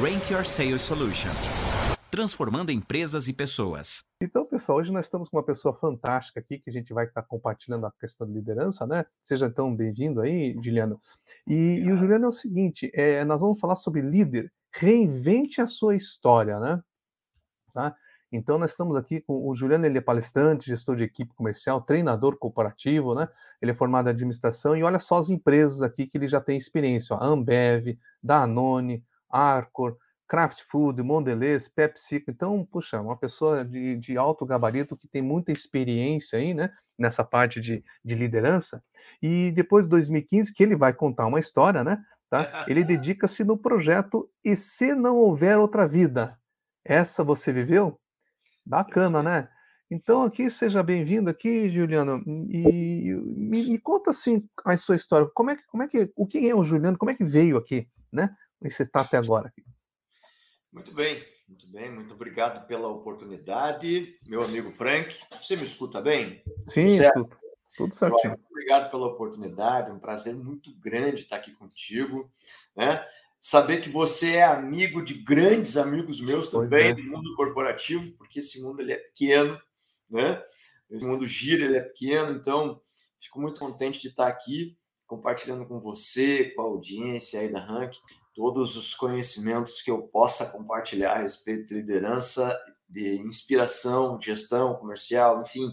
Rank Your Sales Solution, transformando empresas e pessoas. Então, pessoal, hoje nós estamos com uma pessoa fantástica aqui, que a gente vai estar compartilhando a questão de liderança, né? Seja então bem-vindo aí, Juliano. E o Juliano é o seguinte, nós vamos falar sobre líder, reinvente a sua história, né? Tá? Então, nós estamos aqui com o Juliano, ele é palestrante, gestor de equipe comercial, treinador corporativo, né? Ele é formado em administração e olha só as empresas aqui que ele já tem experiência, ó, Ambev, Danone, Arcor, Kraft Food, Mondelez, PepsiCo. Então, puxa, uma pessoa de alto gabarito que tem muita experiência aí, né? Nessa parte de liderança. E depois de 2015, que ele vai contar uma história, né? Tá? Ele dedica-se no projeto E Se Não Houver Outra Vida? Essa você viveu? Bacana, né? Então, aqui, seja bem-vindo aqui, Juliano, e me conta, assim, a sua história. Quem é o Juliano? Como é que veio aqui, né? E você está até agora aqui. Muito bem. Muito obrigado pela oportunidade, meu amigo Frank. Você me escuta bem? Sim, tudo certinho. Muito obrigado pela oportunidade, um prazer muito grande estar aqui contigo, né? Saber que você é amigo de grandes amigos meus também do mundo corporativo, porque esse mundo ele é pequeno, né? Esse mundo gira, ele é pequeno, então fico muito contente de estar aqui compartilhando com você, com a audiência aí da Rank, todos os conhecimentos que eu possa compartilhar a respeito de liderança, de inspiração, gestão comercial, enfim,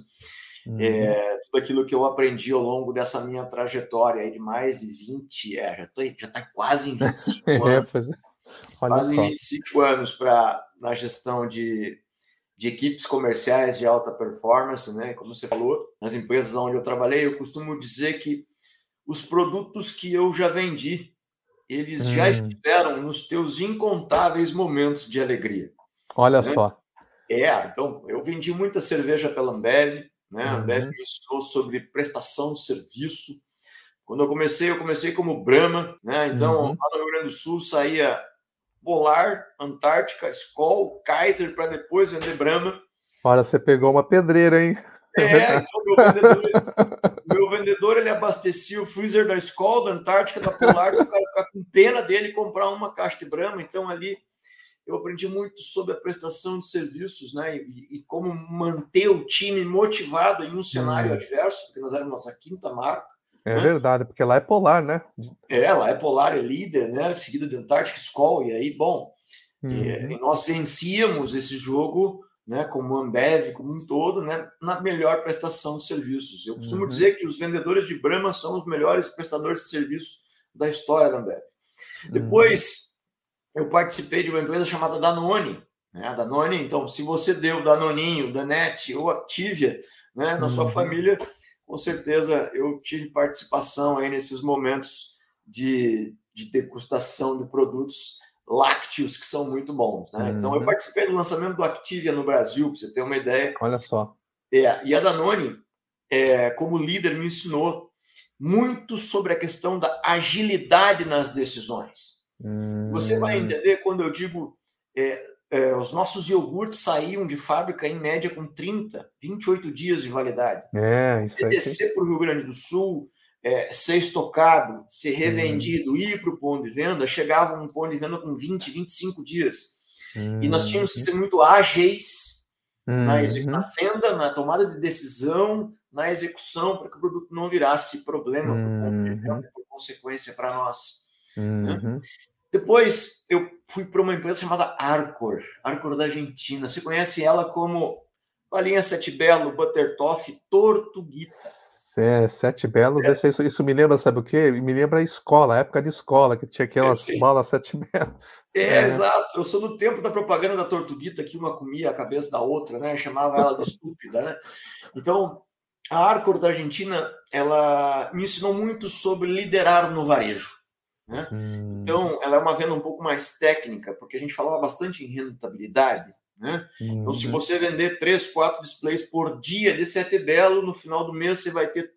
tudo aquilo que eu aprendi ao longo dessa minha trajetória aí de mais de 20, já está quase em 25 anos, quase em 25 anos na gestão de equipes comerciais de alta performance, né? Como você falou, nas empresas onde eu trabalhei, eu costumo dizer que os produtos que eu já vendi, eles já estiveram nos teus incontáveis momentos de alegria. Olha só. Então, eu vendi muita cerveja pela Ambev, né? A Ambev me ensinou sobre prestação de serviço. Quando eu comecei como Brahma, né? Então, lá no Rio Grande do Sul, saía Polar, Antártica, Skol, Kaiser, para depois vender Brahma. Olha, você pegou uma pedreira, hein? Então meu vendedor, ele abastecia o freezer da Skol, da Antártica, da Polar, para o cara ficar com pena dele e comprar uma caixa de Brahma. Então, ali, eu aprendi muito sobre a prestação de serviços, né? E como manter o time motivado em um cenário adverso, porque nós éramos a quinta marca. É, né? Verdade, porque lá é Polar, né? Lá é Polar, é líder, né? Seguida de Antártica, Skol, e aí, bom, e nós vencíamos esse jogo, né, como Ambev, como um todo, né, na melhor prestação de serviços. Eu costumo dizer que os vendedores de Brahma são os melhores prestadores de serviços da história da Ambev. Depois, eu participei de uma empresa chamada Danone. Né? A Danone, então, se você deu Danoninho, Danette ou Activia, né, na sua família, com certeza eu tive participação aí nesses momentos de degustação de produtos lácteos que são muito bons, né? Então, eu participei do lançamento do Activia no Brasil, para você ter uma ideia. Olha só. E a Danone, como líder, me ensinou muito sobre a questão da agilidade nas decisões. Você vai entender quando eu digo os nossos iogurtes saíam de fábrica em média com 28 dias de validade. Isso aí. Descer para o Rio Grande do Sul, ser estocado, ser revendido, ir para o ponto de venda, chegava um ponto de venda com 20, 25 dias. E nós tínhamos que ser muito ágeis na venda, na tomada de decisão, na execução, para que o produto não virasse problema para o ponto de venda, por consequência para nós. Né? Depois, eu fui para uma empresa chamada Arcor da Argentina. Você conhece ela como Balinha Sete Belo, Buttertoff, Tortuguita. Sete Belos, isso me lembra, sabe o quê? Me lembra a escola, a época de escola, que tinha aquelas balas Sete Belos. Exato. Eu sou do tempo da propaganda da Tortuguita, que uma comia a cabeça da outra, né? Chamava ela de estúpida, né? Então, a Arcor da Argentina, ela me ensinou muito sobre liderar no varejo. Né? Então, ela é uma venda um pouco mais técnica, porque a gente falava bastante em rentabilidade. Né? Então, se você vender 3, 4 displays por dia de Sete Belo, no final do mês você vai ter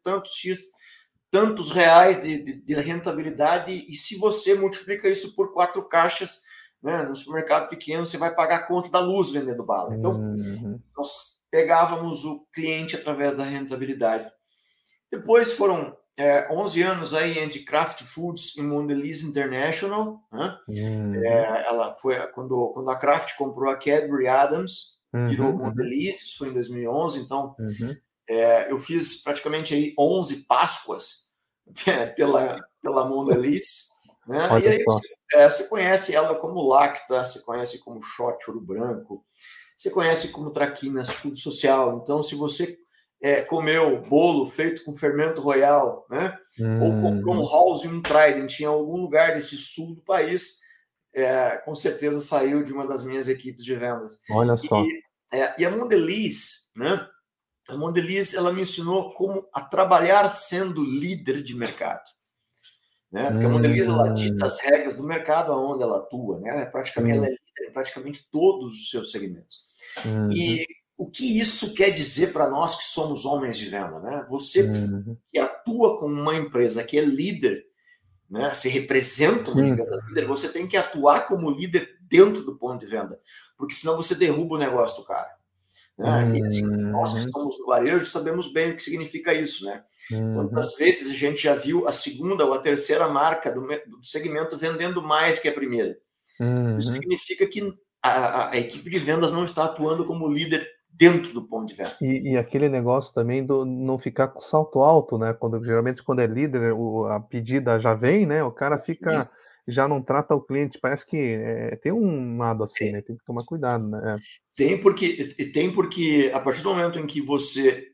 tantos reais de rentabilidade, e se você multiplica isso por 4 caixas, né, no supermercado pequeno, você vai pagar a conta da luz vendendo bala. Então, nós pegávamos o cliente através da rentabilidade. Depois foram 11 anos aí de Kraft Foods em Mondelez International, né? Ela foi quando a Kraft comprou a Cadbury Adams, virou Mondelez, isso foi em 2011, então eu fiz praticamente aí 11 Páscoas pela Mondelez, né? Olha E aí só. você conhece ela como Lacta, você conhece como Shot Ouro Branco, você conhece como Traquinas, Clube Social. Então, se você comeu bolo feito com fermento royal, né? Ou comprou um Halls e um Trident em algum lugar desse sul do país, com certeza saiu de uma das minhas equipes de vendas. Olha só. E a Mondelez, né? A Mondelez, ela me ensinou como a trabalhar sendo líder de mercado. Né? Porque a Mondelez, ela dita as regras do mercado onde ela atua, né? Praticamente, ela é líder em praticamente todos os seus segmentos. E o que isso quer dizer para nós que somos homens de venda? Né? Você que atua com uma empresa que é líder, né? Se representa uma empresa líder, você tem que atuar como líder dentro do ponto de venda, porque senão você derruba o negócio do cara. Né? E assim, nós que somos do varejo sabemos bem o que significa isso, né? Quantas vezes a gente já viu a segunda ou a terceira marca do segmento vendendo mais que a primeira? Isso significa que a equipe de vendas não está atuando como líder dentro do ponto de venda. E aquele negócio também do não ficar com salto alto, né? Geralmente quando é líder, a pedida já vem, né? O cara fica, já não trata o cliente, parece que tem um lado assim, né? Tem que tomar cuidado, né? Tem porque a partir do momento em que você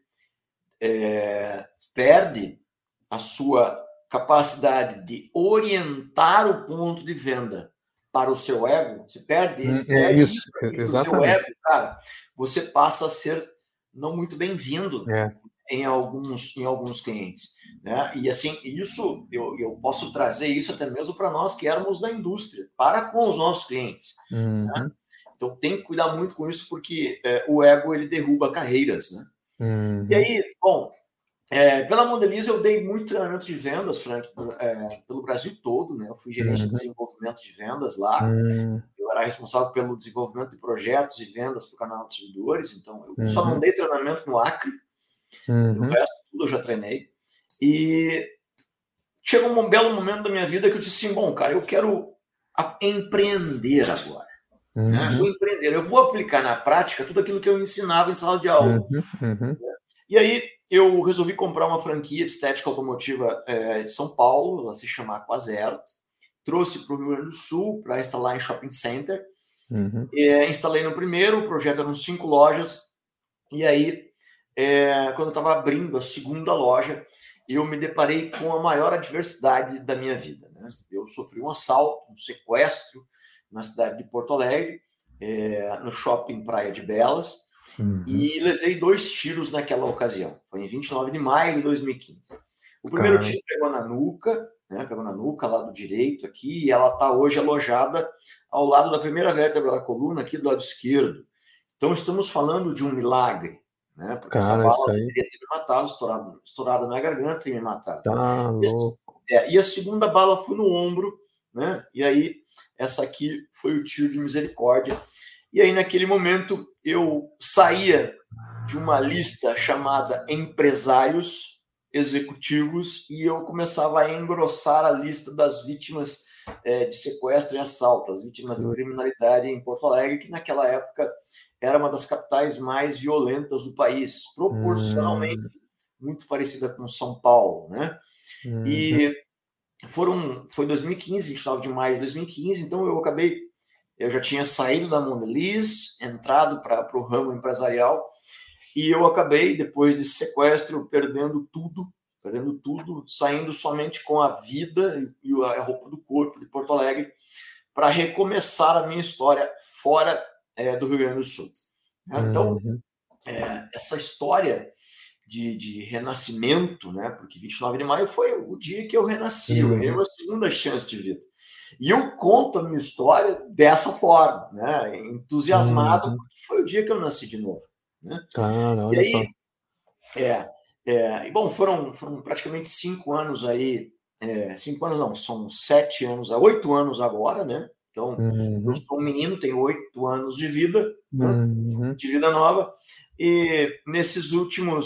perde a sua capacidade de orientar o ponto de venda para o seu ego, você perde isso para o seu ego, cara, você passa a ser não muito bem-vindo em alguns clientes. Né? E assim, isso eu posso trazer isso até mesmo para nós que éramos da indústria, para com os nossos clientes. Né? Então tem que cuidar muito com isso, porque o ego ele derruba carreiras. Né? E aí, bom, pela Mondelez eu dei muito treinamento de vendas, Frank, pelo Brasil todo, né? Eu fui gerente de desenvolvimento de vendas lá. Eu era responsável pelo desenvolvimento de projetos e vendas para o canal de distribuidores, então eu só não dei treinamento no Acre, o resto tudo eu já treinei. E chegou um belo momento da minha vida que eu disse assim, bom, cara, eu quero empreender agora. Né? Vou empreender, eu vou aplicar na prática tudo aquilo que eu ensinava em sala de aula. E aí eu resolvi comprar uma franquia de estética automotiva de São Paulo, ela se chama Aquazero, trouxe para o Rio Grande do Sul para instalar em shopping center. Instalei no primeiro, o projeto eram 5 lojas, e aí quando eu estava abrindo a segunda loja, eu me deparei com a maior adversidade da minha vida. Né? Eu sofri um assalto, um sequestro na cidade de Porto Alegre, no shopping Praia de Belas, e levei 2 tiros naquela ocasião. Foi em 29 de maio de 2015. O primeiro tiro pegou na nuca, né? Pegou na nuca, lado direito aqui, e ela está hoje alojada ao lado da primeira vértebra da coluna, aqui do lado esquerdo. Então estamos falando de um milagre, né? Porque essa bala poderia ter me matado, estourada na garganta e me matado. Tá louco. E a segunda bala foi no ombro, né? E aí essa aqui foi o tiro de misericórdia. E aí, naquele momento, eu saía de uma lista chamada empresários executivos e eu começava a engrossar a lista das vítimas de sequestro e assalto, as vítimas de criminalidade em Porto Alegre, que naquela época era uma das capitais mais violentas do país, proporcionalmente muito parecida com São Paulo, né? E foi 2015, 29 de maio de 2015, então eu já tinha saído da Mondelez, entrado para o ramo empresarial, e eu acabei, depois desse sequestro, perdendo tudo, saindo somente com a vida e a roupa do corpo de Porto Alegre para recomeçar a minha história fora do Rio Grande do Sul. Então, essa história de renascimento, né? Porque 29 de maio foi o dia que eu renasci, eu ganhei uma segunda chance de vida. E eu conto a minha história dessa forma, né? Entusiasmado, porque foi o dia que eu nasci de novo. Né? Cara, olha só. E bom, foram praticamente 5 anos aí, 5 anos não, são 7 anos, 8 anos agora, né? Então, eu sou um menino, tenho 8 anos de vida, né? De vida nova, e nesses últimos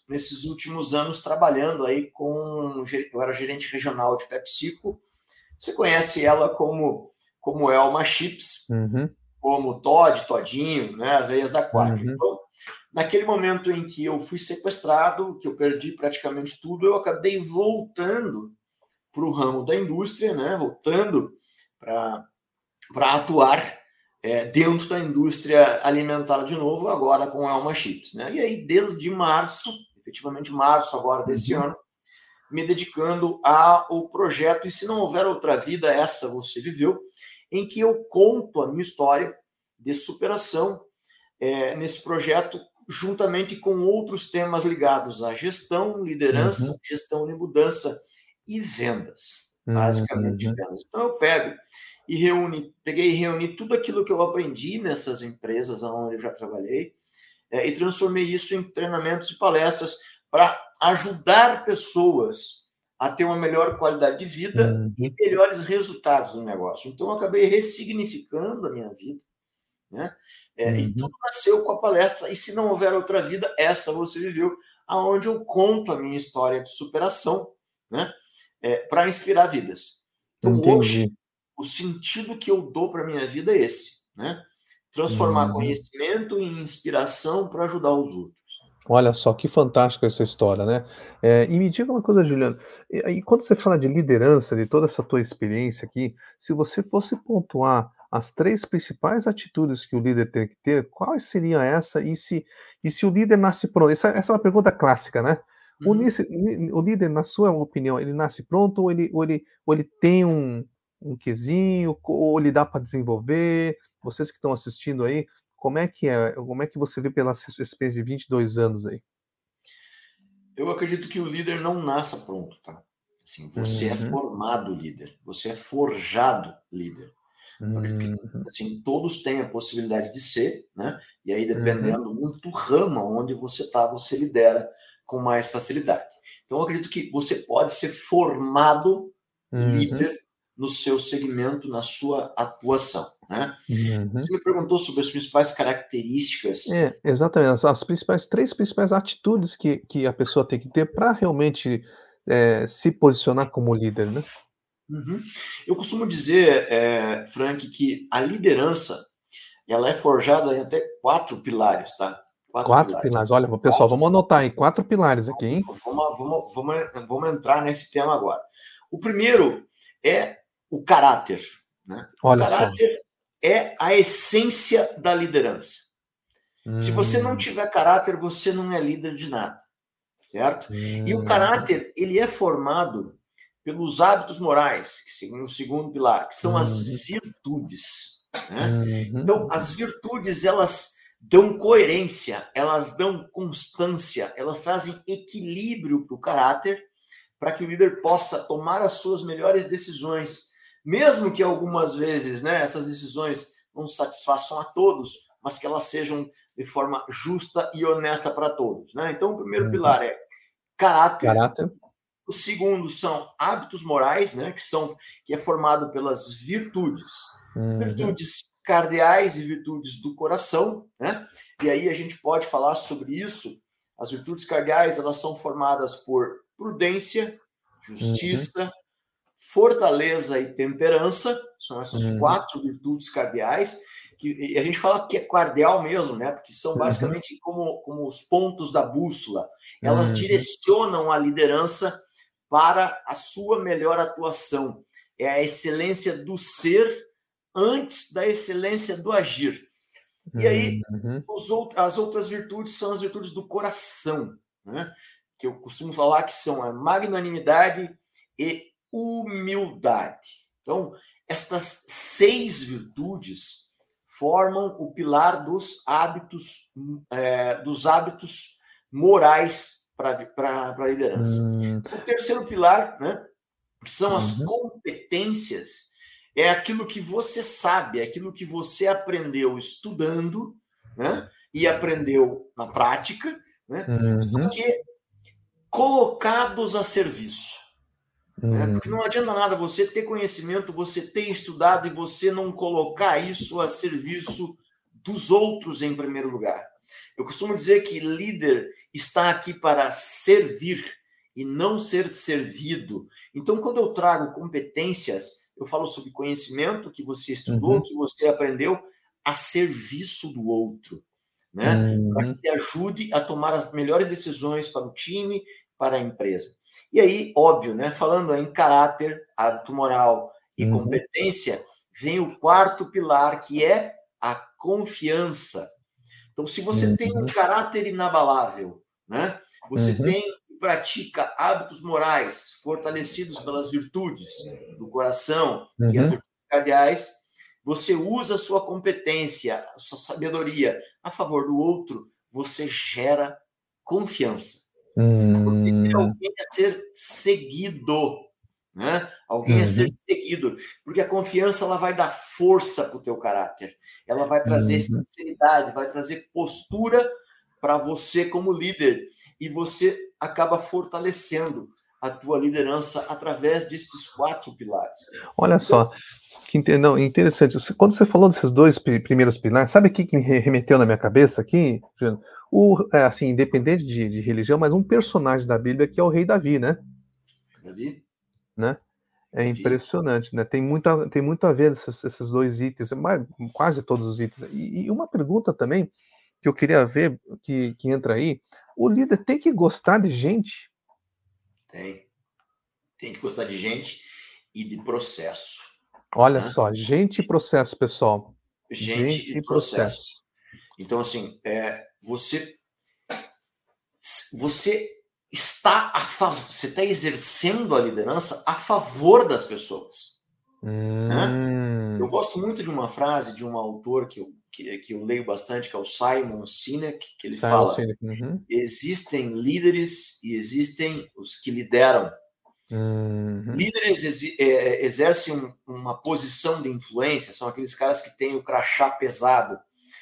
nesses últimos anos trabalhando aí eu era gerente regional de PepsiCo. Você conhece ela como Elma Chips, como Todinho, né, Aveias da Quatro. Então, naquele momento em que eu fui sequestrado, que eu perdi praticamente tudo, eu acabei voltando para o ramo da indústria, né, voltando para atuar dentro da indústria alimentar de novo, agora com Elma Chips, né? E aí, desde março, efetivamente março agora desse ano, me dedicando ao projeto E Se Não Houver Outra Vida, Essa Você Viveu, em que eu conto a minha história de superação nesse projeto, juntamente com outros temas ligados à gestão, liderança, gestão de mudança e vendas, basicamente vendas. Então eu peguei e reuni tudo aquilo que eu aprendi nessas empresas onde eu já trabalhei e transformei isso em treinamentos e palestras para ajudar pessoas a ter uma melhor qualidade de vida e melhores resultados no negócio. Então, eu acabei ressignificando a minha vida, né? E tudo nasceu com a palestra E Se Não Houver Outra Vida, Essa Você Viveu, aonde eu conto a minha história de superação, né? Para inspirar vidas. Então, hoje, o sentido que eu dou para a minha vida é esse, né? Transformar conhecimento em inspiração para ajudar os outros. Olha só, que fantástica essa história, né? E me diga uma coisa, Juliano, e quando você fala de liderança, de toda essa tua experiência aqui, se você fosse pontuar as 3 principais atitudes que o líder tem que ter, quais seriam essa? E se o líder nasce pronto? Essa é uma pergunta clássica, né? O líder, na sua opinião, ele nasce pronto ou ele tem um quesinho, ou ele dá para desenvolver? Vocês que estão assistindo aí, como é que você vê pela sua experiência de 22 anos aí? Eu acredito que o líder não nasça pronto, tá? Assim, você é formado líder, você é forjado líder. Assim, todos têm a possibilidade de ser, né? E aí, dependendo do ramo onde você está, você lidera com mais facilidade. Então, eu acredito que você pode ser formado líder no seu segmento, na sua atuação, né? Você me perguntou sobre as principais características. Exatamente. As 3 principais atitudes que a pessoa tem que ter para realmente se posicionar como líder, né? Eu costumo dizer, Frank, que a liderança ela é forjada em até 4 pilares, tá? 4 pilares. Olha, pessoal, vamos anotar aí 4 pilares aqui, hein? Vamos entrar nesse tema agora. O primeiro é o caráter, né? Olha o caráter é a essência da liderança. Se você não tiver caráter, você não é líder de nada, certo? E o caráter, ele é formado pelos hábitos morais, que seguem o segundo pilar, que são as virtudes, né? Então, as virtudes, elas dão coerência, elas dão constância, elas trazem equilíbrio para o caráter, para que o líder possa tomar as suas melhores decisões, mesmo que algumas vezes, né, essas decisões não satisfaçam a todos, mas que elas sejam de forma justa e honesta para todos, né? Então, o primeiro pilar é caráter. O segundo são hábitos morais, né, que é formado pelas virtudes. Virtudes cardeais e virtudes do coração, né? E aí a gente pode falar sobre isso. As virtudes cardeais, elas são formadas por prudência, justiça, fortaleza e temperança. São essas 4 virtudes cardeais, que a gente fala que é cardeal mesmo, né? Porque são basicamente como os pontos da bússola. Elas direcionam a liderança para a sua melhor atuação. É a excelência do ser antes da excelência do agir. E aí, as outras virtudes são as virtudes do coração, né? Que eu costumo falar que são a magnanimidade e humildade. Então, estas 6 virtudes formam o pilar dos hábitos morais para a liderança. O terceiro pilar, né, que são as competências, é aquilo que você sabe, é aquilo que você aprendeu estudando, né, e aprendeu na prática, né, só que colocados a serviço. Né? Porque não adianta nada você ter conhecimento, você ter estudado e você não colocar isso a serviço dos outros em primeiro lugar. Eu costumo dizer que líder está aqui para servir e não ser servido. Então, quando eu trago competências, eu falo sobre conhecimento que você estudou, que você aprendeu a serviço do outro, né? Para que te ajude a tomar as melhores decisões para o time, para a empresa. E aí, óbvio, né? Falando em caráter, hábito moral e competência, vem o quarto pilar, que é a confiança. Então, se você tem um caráter inabalável, né? Você tem pratica hábitos morais fortalecidos pelas virtudes do coração e as virtudes cardeais, você usa a sua competência, a sua sabedoria a favor do outro, você gera confiança. Você é alguém a ser seguido, né? Alguém a ser seguido, porque a confiança ela vai dar força para o teu caráter, ela vai trazer sinceridade, vai trazer postura para você como líder, e você acaba fortalecendo a tua liderança através desses 4 pilares. Olha só, que interessante. Quando você falou desses 2 primeiros pilares, sabe o que me remeteu na minha cabeça aqui, Juliano? Assim, independente de religião, mas um personagem da Bíblia que é o rei Davi, né? Davi? Né? É impressionante, né? Tem muito a ver esses 2 itens, quase todos os itens. E uma pergunta também que eu queria ver, que entra aí, o líder tem que gostar de gente? Tem que gostar de gente e de processo. Olha só, gente e processo, pessoal. Gente e processo. Então, assim, você está você está exercendo a liderança a favor das pessoas. Né? Eu gosto muito de uma frase de um autor que eu leio bastante, que é o Simon Sinek, que ele fala: existem líderes e existem os que lideram. Líderes exercem uma posição de influência, são aqueles caras que têm o crachá pesado.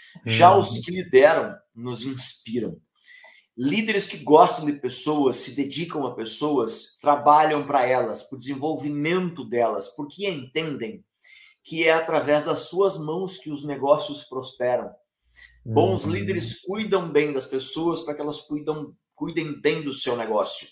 Já os que lideram nos inspiram. Líderes que gostam de pessoas, se dedicam a pessoas, trabalham para elas, para o desenvolvimento delas, porque entendem que é através das suas mãos que os negócios prosperam. Bons líderes cuidam bem das pessoas para que elas cuidem bem do seu negócio.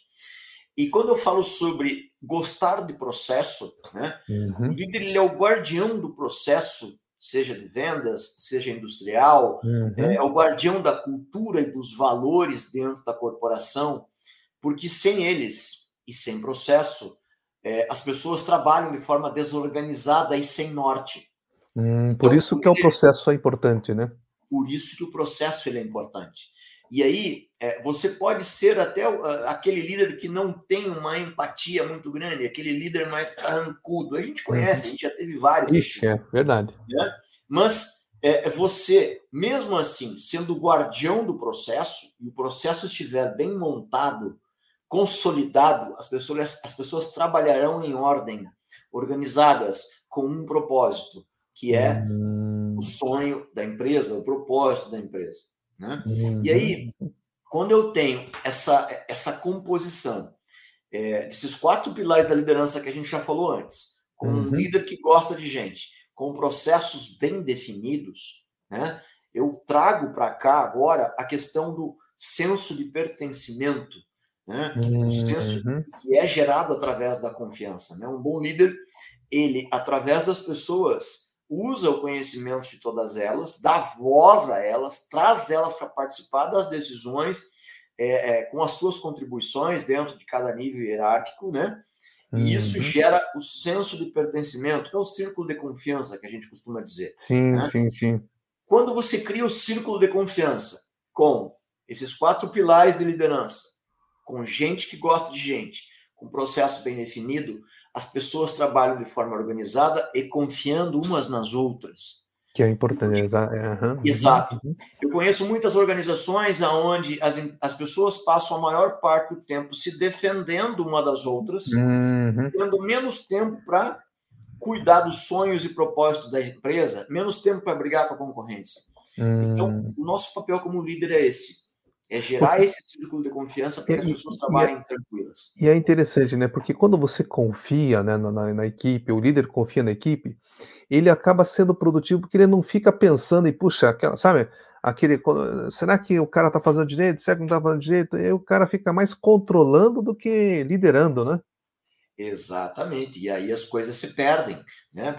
E quando eu falo sobre gostar de processo, né, o líder ele é o guardião do processo, seja de vendas, seja industrial, é o guardião da cultura e dos valores dentro da corporação, porque sem eles e sem processo, as pessoas trabalham de forma desorganizada e sem norte. Por isso que o processo é importante, né? Por isso que o processo ele é importante. E aí, você pode ser até aquele líder que não tem uma empatia muito grande, aquele líder mais carrancudo. A gente conhece, a gente já teve vários. Ixi, é verdade. Né? Mas você, mesmo assim, sendo o guardião do processo, e o processo estiver bem montado, consolidado, as pessoas trabalharão em ordem, organizadas, com um propósito, que é o sonho da empresa, o propósito da empresa. Né? E aí, quando eu tenho essa composição desses 4 pilares da liderança que a gente já falou antes, com um líder que gosta de gente, com processos bem definidos, né, eu trago para cá agora a questão do senso de pertencimento, né, o senso que é gerado através da confiança. Né? Um bom líder, ele, através das pessoas, usa o conhecimento de todas elas, dá voz a elas, traz elas para participar das decisões, com as suas contribuições dentro de cada nível hierárquico, né? E isso gera o senso de pertencimento, que é o círculo de confiança que a gente costuma dizer. Sim. Quando você cria o círculo de confiança com esses 4 pilares de liderança, com gente que gosta de gente, com processo bem definido, as pessoas trabalham de forma organizada e confiando umas nas outras. Que é importante. Exato. Eu conheço muitas organizações onde as pessoas passam a maior parte do tempo se defendendo uma das outras, tendo menos tempo para cuidar dos sonhos e propósitos da empresa, menos tempo para brigar com a concorrência. Então, o nosso papel como líder é esse. É gerar esse círculo de confiança para que as pessoas trabalhem tranquilas. E é interessante, né? Porque quando você confia, né, na equipe, o líder confia na equipe, ele acaba sendo produtivo porque ele não fica pensando em, puxa, sabe? Será que o cara está fazendo direito? Será que não está fazendo direito? Aí o cara fica mais controlando do que liderando, né? Exatamente, e aí as coisas se perdem, né?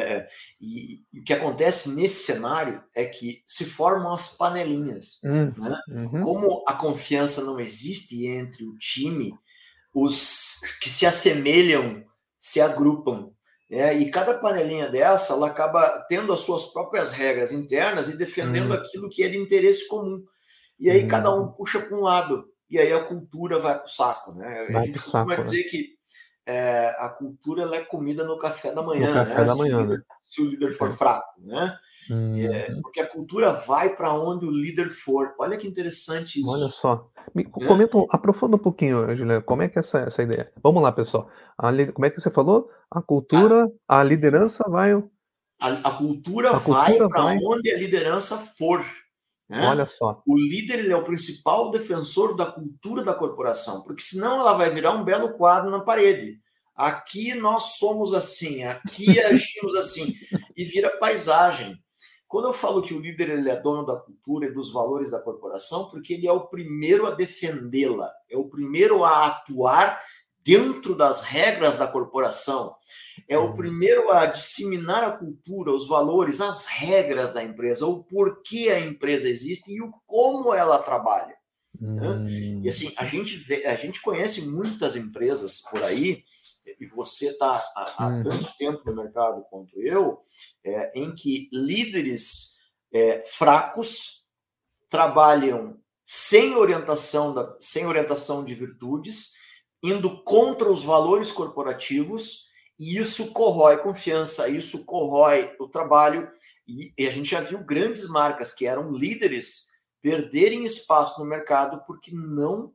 E o que acontece nesse cenário é que se formam as panelinhas, né? Como a confiança não existe entre o time, os que se assemelham se agrupam, né? E cada panelinha dessa, ela acaba tendo as suas próprias regras internas e defendendo aquilo que é de interesse comum. E aí cada um puxa para um lado, e aí a cultura vai para o saco, né? A gente costuma dizer que a cultura ela é comida no café da manhã, no café né? da manhã, né? Se o líder for fraco, né? Porque a cultura vai para onde o líder for. Olha que interessante isso. Olha só. Aprofunda um pouquinho, Juliana, como é que é essa ideia? Vamos lá, pessoal. Como é que você falou? A cultura, a liderança vai... A cultura vai para onde a liderança for. Né? Olha só. O líder ele é o principal defensor da cultura da corporação, porque senão ela vai virar um belo quadro na parede. Aqui nós somos assim, aqui agimos assim, e vira paisagem. Quando eu falo que o líder ele é dono da cultura e dos valores da corporação, porque ele é o primeiro a defendê-la, é o primeiro a atuar dentro das regras da corporação, é o primeiro a disseminar a cultura, os valores, as regras da empresa, o porquê a empresa existe e o como ela trabalha. Né? E assim, a gente conhece muitas empresas por aí, e você está há tanto tempo no mercado quanto eu, em que líderes fracos trabalham sem orientação de virtudes, indo contra os valores corporativos, e isso corrói confiança, isso corrói o trabalho, e a gente já viu grandes marcas que eram líderes perderem espaço no mercado porque não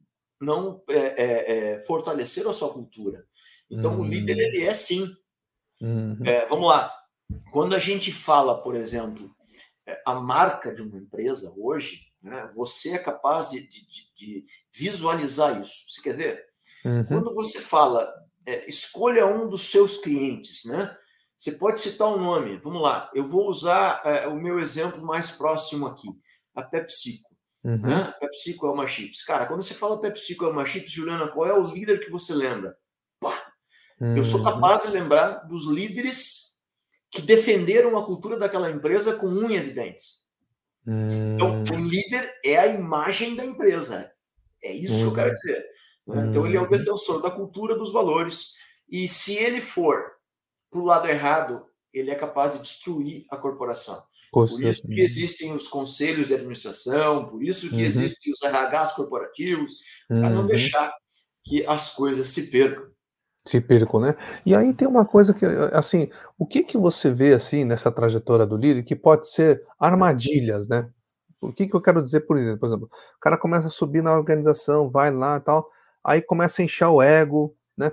fortaleceram a sua cultura. Então, o líder, ele é sim. Vamos lá. Quando a gente fala, por exemplo, a marca de uma empresa hoje, né, você é capaz de visualizar isso. Você quer ver? Quando você fala, escolha um dos seus clientes, né? Você pode citar um nome. Vamos lá. Eu vou usar o meu exemplo mais próximo aqui. A PepsiCo. Né? A PepsiCo é uma chips. Cara, quando você fala PepsiCo é uma chips, Juliana, qual é o líder que você lembra? Eu sou capaz de lembrar dos líderes que defenderam a cultura daquela empresa com unhas e dentes. Então, o líder é a imagem da empresa. É isso que eu quero dizer. Né? Então, ele é o defensor da cultura, dos valores. E se ele for para o lado errado, ele é capaz de destruir a corporação. Por isso que existem os conselhos de administração, por isso que existem os RHs corporativos, para não deixar que as coisas se percam. Né? E aí tem uma coisa que, assim, o que você vê, assim, nessa trajetória do líder que pode ser armadilhas, né? O que eu quero dizer por exemplo, o cara começa a subir na organização, vai lá e tal, aí começa a inchar o ego, né?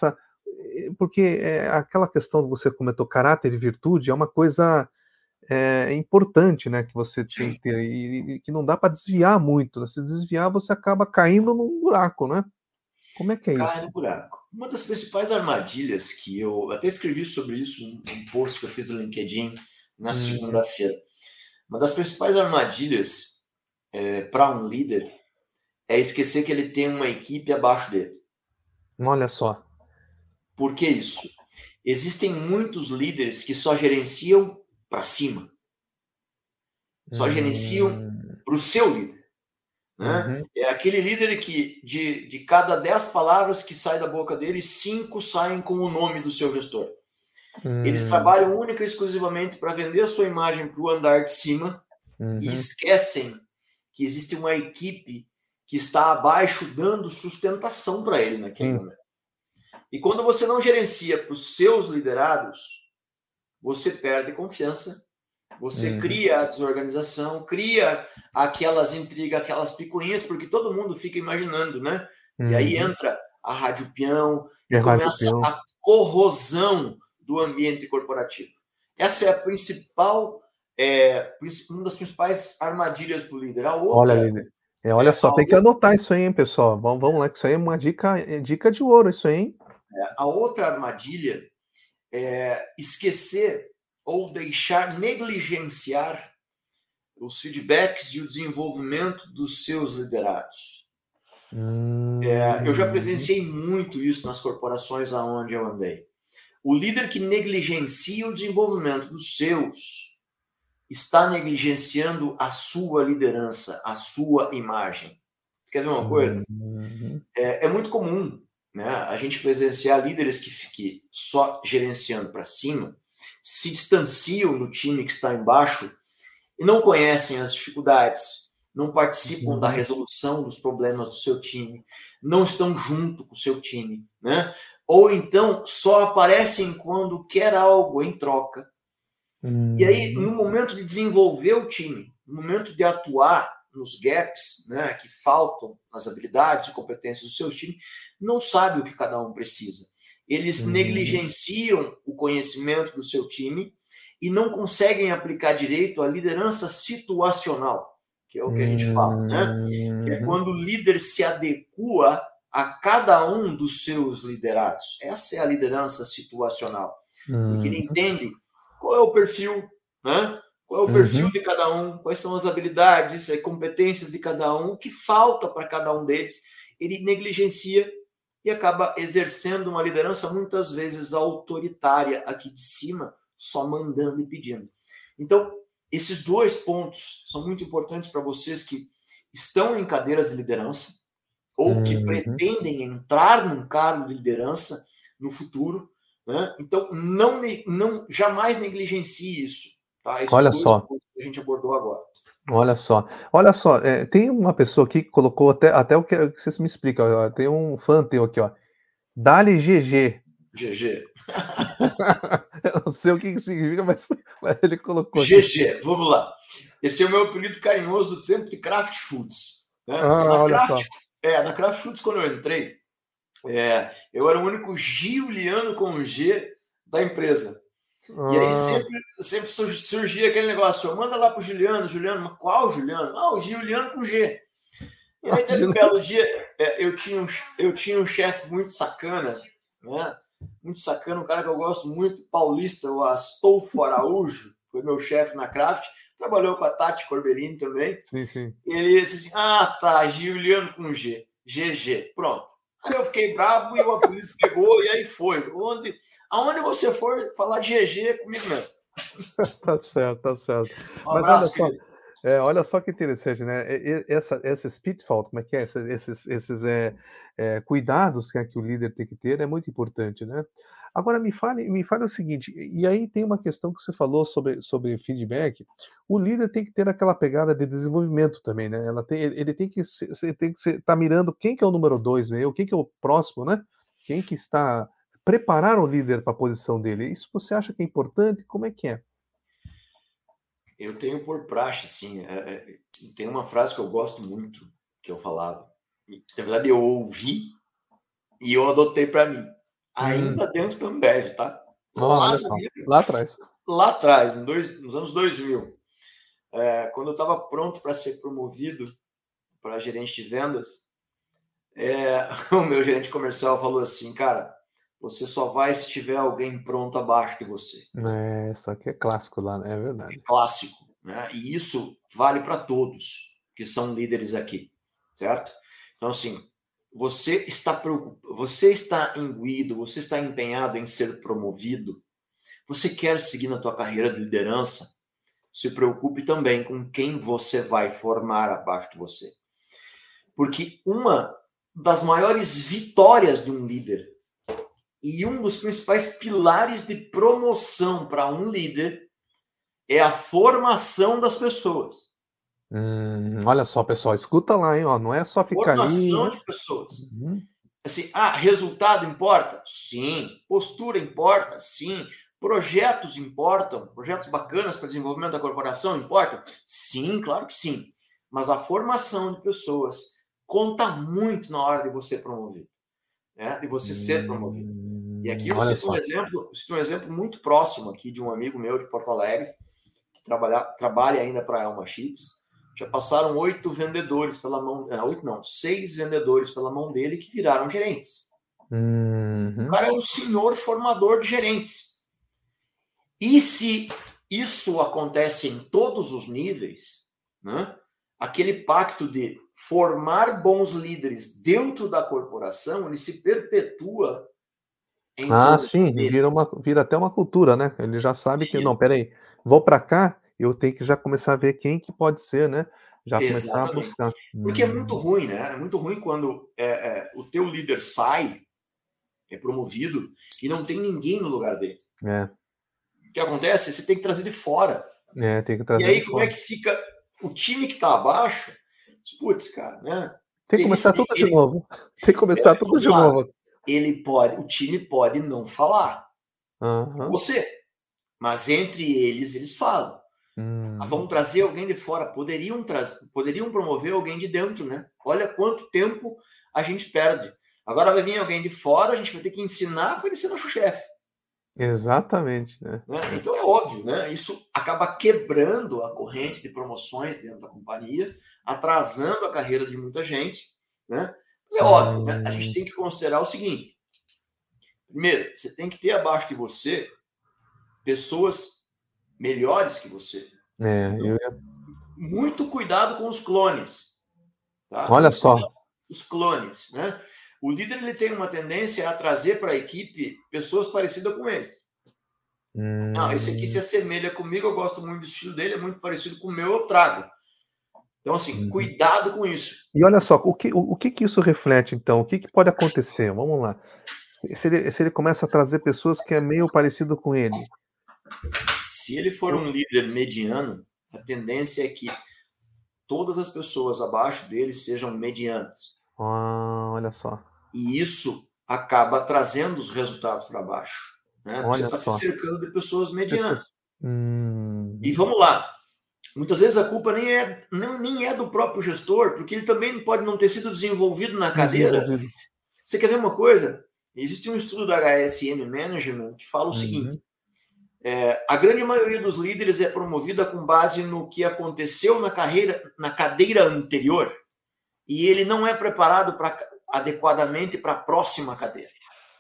Porque aquela questão que você comentou, caráter e virtude, é uma coisa importante, né? Que você tem que ter, e que não dá para desviar muito, né? Se desviar, você acaba caindo num buraco, né? Como é que é isso? Cai no buraco. Uma das principais armadilhas que eu até escrevi sobre isso num post que eu fiz no LinkedIn na segunda-feira. Uma das principais armadilhas para um líder é esquecer que ele tem uma equipe abaixo dele. Olha só. Por que isso? Existem muitos líderes que só gerenciam para cima. Só gerenciam para o seu líder. Né? É aquele líder que de cada 10 palavras que saem da boca dele, 5 saem com o nome do seu gestor. Eles trabalham única e exclusivamente para vender a sua imagem para o andar de cima e esquecem que existe uma equipe que está abaixo dando sustentação para ele naquele momento. E quando você não gerencia para os seus liderados, você perde confiança. Você cria a desorganização, cria aquelas intrigas, aquelas picuinhas, porque todo mundo fica imaginando, né? E aí entra a rádio peão e começa a corrosão do ambiente corporativo. Essa é a principal, uma das principais armadilhas para o líder. A outra, olha, líder. Olha só, tem que anotar isso aí, hein, pessoal? Vamos lá, que isso aí é uma dica de ouro, isso aí, hein? A outra armadilha é esquecer ou deixar negligenciar os feedbacks e o desenvolvimento dos seus liderados. Eu já presenciei muito isso nas corporações aonde eu andei. O líder que negligencia o desenvolvimento dos seus está negligenciando a sua liderança, a sua imagem. Quer ver uma coisa? É muito comum, né, a gente presenciar líderes que só gerenciando para cima se distanciam do time que está embaixo e não conhecem as dificuldades, não participam da resolução dos problemas do seu time, não estão junto com o seu time, né? Ou então só aparecem quando quer algo em troca. E aí, no momento de desenvolver o time, no momento de atuar nos gaps, né, que faltam nas habilidades e competências do seu time, não sabe o que cada um precisa. Eles negligenciam o conhecimento do seu time e não conseguem aplicar direito a liderança situacional, que é o que a gente fala, né? Que é quando o líder se adequa a cada um dos seus liderados. Essa é a liderança situacional. Porque ele entende qual é o perfil, né? Qual é o perfil de cada um, quais são as habilidades, as competências de cada um, o que falta para cada um deles. Ele negligencia e acaba exercendo uma liderança muitas vezes autoritária aqui de cima, só mandando e pedindo. Então, esses dois pontos são muito importantes para vocês que estão em cadeiras de liderança ou que pretendem entrar num cargo de liderança no futuro, né? Então, jamais negligencie isso. Tá? Olha só. Que a gente abordou agora. Olha só, tem uma pessoa aqui que colocou até o que você me explica, ó, tem um fã teu aqui, ó, Dali GG. GG. Eu não sei o que significa, mas ele colocou GG, aqui. Vamos lá. Esse é o meu apelido carinhoso do tempo de Kraft Foods. Né? Na Kraft Foods, quando eu entrei, eu era o único Giuliano com G da empresa. E aí sempre surgia aquele negócio, manda lá pro Juliano, mas qual Juliano? O Giuliano com G. E aí teve um belo dia, eu tinha um chefe muito sacana, né? Muito sacana, um cara que eu gosto muito, paulista, o Astolfo Araújo, foi meu chefe na Kraft, trabalhou com a Tati Corbellini também. Sim. E ele disse assim, Giuliano com G, GG, pronto. Aí eu fiquei bravo e o apelido pegou e aí foi. Aonde você for falar de GG, é comigo mesmo. Tá certo. Um abraço, querido. Olha só que interessante, né? Esses pitfalls, como é que é? Esses cuidados que o líder tem que ter é muito importante, né? Agora me fale o seguinte, e aí tem uma questão que você falou sobre feedback. O líder tem que ter aquela pegada de desenvolvimento também, né? Ele tem que tá mirando quem que é o número 2, né? Quem que é o próximo, né? Quem que está preparar o líder para a posição dele. Isso você acha que é importante? Como é que é? Eu tenho por praxe, assim, tem uma frase que eu gosto muito, que eu falava. E, na verdade, eu ouvi e eu adotei para mim. Ainda dentro do Ambev, tá? Lá atrás. Lá atrás, nos anos 2000. Quando eu estava pronto para ser promovido para gerente de vendas, o meu gerente comercial falou assim, cara, você só vai se tiver alguém pronto abaixo de você. Isso aqui é clássico lá, né? É verdade. É clássico, né? E isso vale para todos que são líderes aqui, certo? Então, assim, você está preocupado, você está imbuído, você está empenhado em ser promovido, você quer seguir na tua carreira de liderança, se preocupe também com quem você vai formar abaixo de você. Porque uma das maiores vitórias de um líder e um dos principais pilares de promoção para um líder é a formação das pessoas. Olha só, pessoal, escuta lá, hein? Ó, não é só ficar ali. Formação de pessoas. Assim, resultado importa? Sim. Postura importa? Sim. Projetos importam? Projetos bacanas para desenvolvimento da corporação importam? Sim, claro que sim. Mas a formação de pessoas conta muito na hora de você promover, né? De você ser promovido. E aqui eu cito um exemplo muito próximo aqui de um amigo meu de Porto Alegre, que trabalha ainda para a Elma Chips. Já passaram 8 vendedores pela mão... 6 vendedores pela mão dele que viraram gerentes. O cara é um senhor formador de gerentes. E se isso acontece em todos os níveis, né? Aquele pacto de formar bons líderes dentro da corporação, ele se perpetua em todos Sim, eles. vira até uma cultura, né? Ele já sabe que, não, espera aí, vou para cá, eu tenho que já começar a ver quem que pode ser, né? Já começar a Exatamente. buscar. Porque é muito ruim, né? É muito ruim quando o teu líder sai, é promovido, e não tem ninguém no lugar dele. É, O que acontece? Você tem que trazer de fora. tem que E trazer aí, de como é fora. que fica o time que está abaixo? Putz, cara, né? Tem que começar tudo de novo. Tem que começar tudo de novo. O time pode não falar com você, mas entre eles falam. Vamos trazer alguém de fora. Poderiam promover alguém de dentro, né? Olha quanto tempo a gente perde. Agora vai vir alguém de fora, a gente vai ter que ensinar para ele ser nosso chefe. Exatamente, né? Então é óbvio, né? Isso acaba quebrando a corrente de promoções dentro da companhia, atrasando a carreira de muita gente, né? Mas é óbvio, né? A gente tem que considerar o seguinte: primeiro, você tem que ter abaixo de você pessoas melhores que você. Muito cuidado com os clones, tá? Olha só. Os clones, né? O líder ele tem uma tendência a trazer para a equipe pessoas parecidas com ele. Não, esse aqui se assemelha comigo, eu gosto muito do estilo dele, é muito parecido com o meu, eu trago. Então, assim, cuidado com isso. E olha só, o que isso reflete, então? O que pode acontecer? Vamos lá. Se ele começa a trazer pessoas que é meio parecido com ele. Se ele for um líder mediano, a tendência é que todas as pessoas abaixo dele sejam medianas. Olha só. E isso acaba trazendo os resultados para baixo. Né? Você está se cercando de pessoas medianas. E vamos lá. Muitas vezes a culpa nem é do próprio gestor, porque ele também pode não ter sido desenvolvido na cadeira. Você quer ver uma coisa? Existe um estudo da HSM Management que fala o seguinte: a grande maioria dos líderes é promovida com base no que aconteceu na cadeira anterior, e ele não é preparado adequadamente para a próxima cadeira.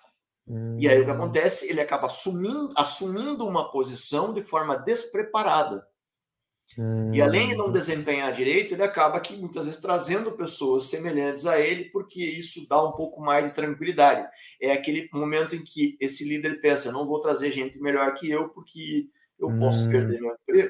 E aí o que acontece? Ele acaba assumindo uma posição de forma despreparada. E além de não desempenhar direito, ele acaba que muitas vezes trazendo pessoas semelhantes a ele, porque isso dá um pouco mais de tranquilidade. É aquele momento em que esse líder pensa: eu não vou trazer gente melhor que eu, porque eu posso perder meu emprego.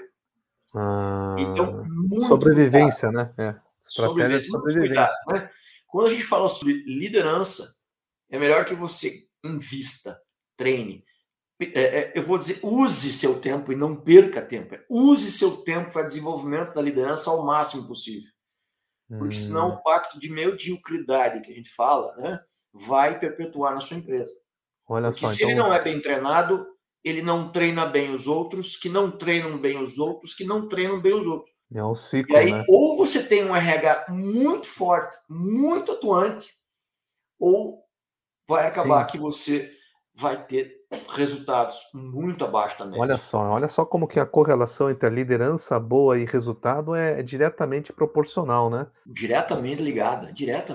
Então, muito sobrevivência, cuidado. né? Sobrevivência. Muito cuidado, né? Quando a gente fala sobre liderança, é melhor que você invista, treine. Eu vou dizer, use seu tempo e não perca tempo. Use seu tempo para desenvolvimento da liderança ao máximo possível. Porque senão o pacto de mediocridade que a gente fala, né, vai perpetuar na sua empresa. Porque se ele não é bem treinado, ele não treina bem os outros, que não treinam bem os outros, que não treinam bem os outros. É um ciclo, e aí, né? Ou você tem um RH muito forte, muito atuante, ou vai acabar que você vai ter resultados muito abaixo da média. Olha só como que a correlação entre a liderança boa e resultado é diretamente proporcional, né? Diretamente ligada.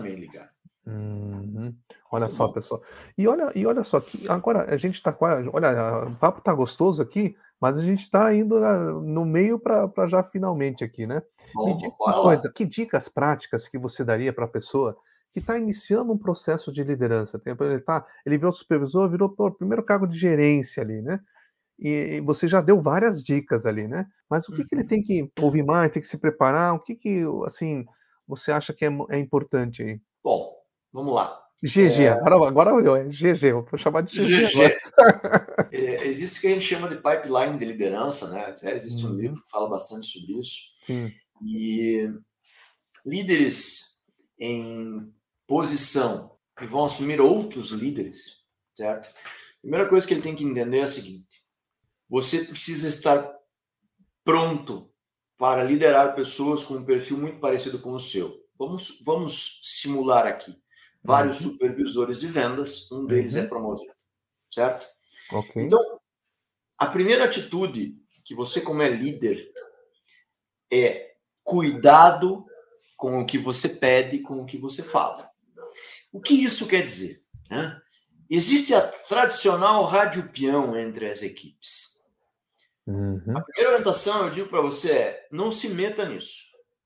Olha só, pessoal. E olha só, que agora a gente está quase. Olha, o papo tá gostoso aqui, mas a gente está indo no meio para já finalmente aqui, né? Me diga uma coisa, que dicas práticas que você daria para a pessoa que está iniciando um processo de liderança? Ele virou supervisor, virou o primeiro cargo de gerência ali, né? E você já deu várias dicas ali, né? Mas o que ele tem que ouvir mais, tem que se preparar? O que assim, você acha que é importante aí? Bom, vamos lá. GG, agora olhou, é GG, vou chamar de GG agora. Existe o que a gente chama de pipeline de liderança, né? Existe um livro que fala bastante sobre isso. Sim. E líderes em posição que vão assumir outros líderes, certo? A primeira coisa que ele tem que entender é a seguinte: você precisa estar pronto para liderar pessoas com um perfil muito parecido com o seu. Vamos simular aqui. Vários supervisores de vendas, um deles é promovido, certo? Okay. Então, a primeira atitude que você, como é líder, é cuidado com o que você pede, com o que você fala. O que isso quer dizer? Né? Existe a tradicional rádio-peão entre as equipes. A primeira orientação, eu digo para você, é: não se meta nisso.